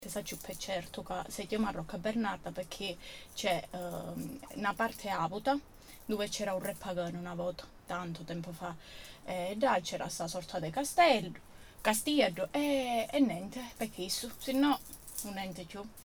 sa più per certo che si chiama Rocca Bernarda perché c'è una parte avuta dove c'era un re pagano una volta, tanto tempo fa, e là c'era sta sorta di castello, castiglio e niente, perché isso, se no non niente più.